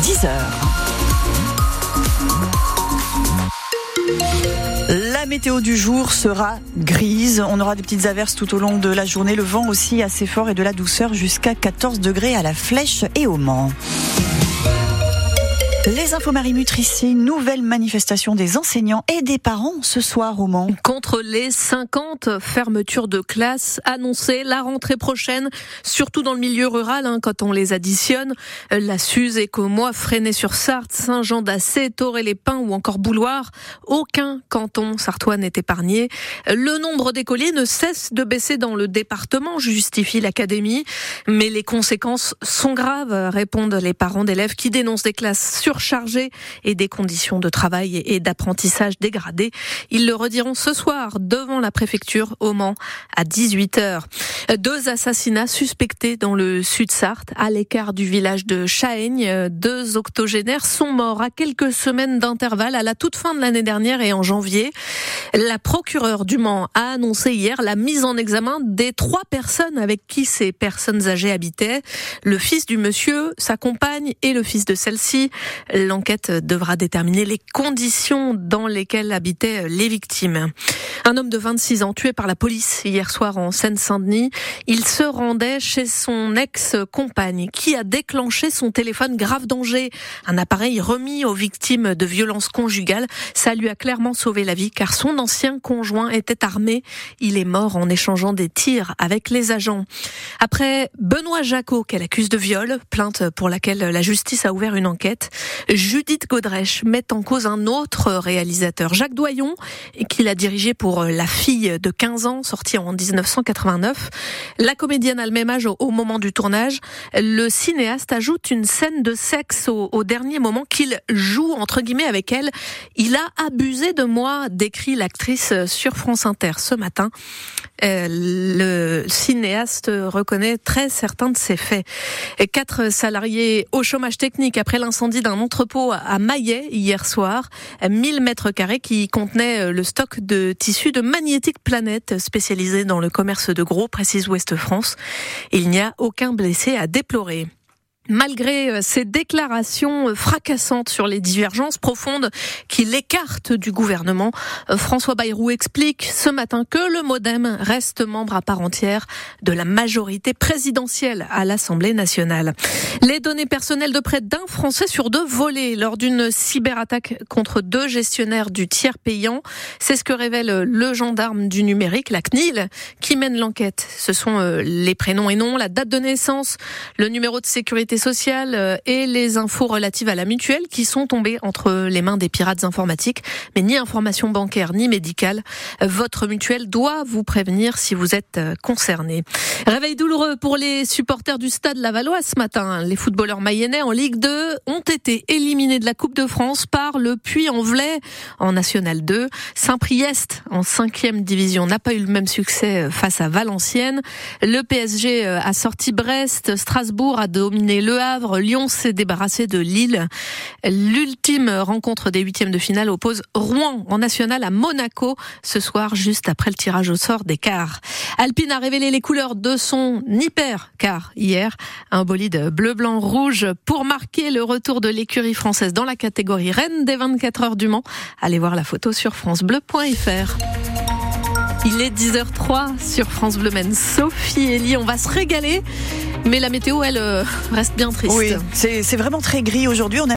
10h. La météo du jour sera grise. On aura des petites averses tout au long de la journée. Le vent aussi assez fort et de la douceur jusqu'à 14 degrés à la Flèche et au Mans. Les infos Marimut ici, nouvelle manifestation des enseignants et des parents ce soir au Mans. Contre les 50 fermetures de classes annoncées la rentrée prochaine, surtout dans le milieu rural, quand on les additionne. La Suze, Écomois, Fresnay-sur-Sarthe, Saint-Jean-d'Assé, Thoré-les-Pins ou encore Bouloire. Aucun canton sartois n'est épargné. Le nombre d'écoliers ne cesse de baisser dans le département, justifie l'académie. Mais les conséquences sont graves, répondent les parents d'élèves qui dénoncent des classes surchargées et des conditions de travail et d'apprentissage dégradées. Ils le rediront ce soir devant la préfecture au Mans à 18h. 2 assassinats suspectés dans le Sud-Sarthe, à l'écart du village de Chahaigne. 2 octogénaires sont morts à quelques semaines d'intervalle à la toute fin de l'année dernière et en janvier. La procureure du Mans a annoncé hier la mise en examen des 3 personnes avec qui ces personnes âgées habitaient. Le fils du monsieur, sa compagne et le fils de celle-ci. L'enquête devra déterminer les conditions dans lesquelles habitaient les victimes. Un homme de 26 ans tué par la police hier soir en Seine-Saint-Denis. Il se rendait chez son ex-compagne qui a déclenché son téléphone grave danger. Un appareil remis aux victimes de violences conjugales. Ça lui a clairement sauvé la vie car son ancien conjoint était armé. Il est mort en échangeant des tirs avec les agents. Après Benoît Jacot, qu'elle accuse de viol, plainte pour laquelle la justice a ouvert une enquête, Judith Godrèche met en cause un autre réalisateur, Jacques Doyon, qu'il a dirigé pour La fille de 15 ans, sortie en 1989. La comédienne a le même âge au moment du tournage. Le cinéaste ajoute une scène de sexe au dernier moment qu'il joue, entre guillemets, avec elle. Il a abusé de moi, décrit l'actrice sur France Inter ce matin. Le cinéaste reconnaît très certains de ces faits. 4 salariés au chômage technique après l'incendie d'un entrepôt à Maillet hier soir. 1000 mètres carrés qui contenait le stock de tissus de Magnétique Planète, spécialisé dans le commerce de gros, précise Ouest France. Il n'y a aucun blessé à déplorer. Malgré ces déclarations fracassantes sur les divergences profondes qui l'écartent du gouvernement, François Bayrou explique ce matin que le MoDem reste membre à part entière de la majorité présidentielle à l'Assemblée nationale. Les données personnelles de près d'1 Français sur 2 volées lors d'une cyberattaque contre 2 gestionnaires du tiers payant. C'est ce que révèle le gendarme du numérique, la CNIL, qui mène l'enquête. Ce sont les prénoms et noms, la date de naissance, le numéro de sécurité sociale et les infos relatives à la mutuelle qui sont tombées entre les mains des pirates informatiques. Mais ni information bancaire ni médicale. Votre mutuelle doit vous prévenir si vous êtes concerné. Réveil douloureux pour les supporters du Stade Lavallois ce matin. Les footballeurs mayennais en Ligue 2 ont été éliminés de la Coupe de France par le Puy-en-Velay en National 2. Saint-Priest en 5e division n'a pas eu le même succès face à Valenciennes. Le PSG a sorti Brest, Strasbourg a dominé Le Havre, Lyon s'est débarrassé de Lille. L'ultime rencontre des 8e de finale oppose Rouen en national à Monaco ce soir, juste après le tirage au sort des quarts. Alpine a révélé les couleurs de son hypercar hier, un bolide bleu-blanc-rouge pour marquer le retour de l'écurie française dans la catégorie reine des 24 heures du Mans. Allez voir la photo sur francebleu.fr. Il est 10h03 sur France Bleu Maine. Sophie Elie, on va se régaler, mais la météo, elle, reste bien triste. Oui, c'est vraiment très gris aujourd'hui.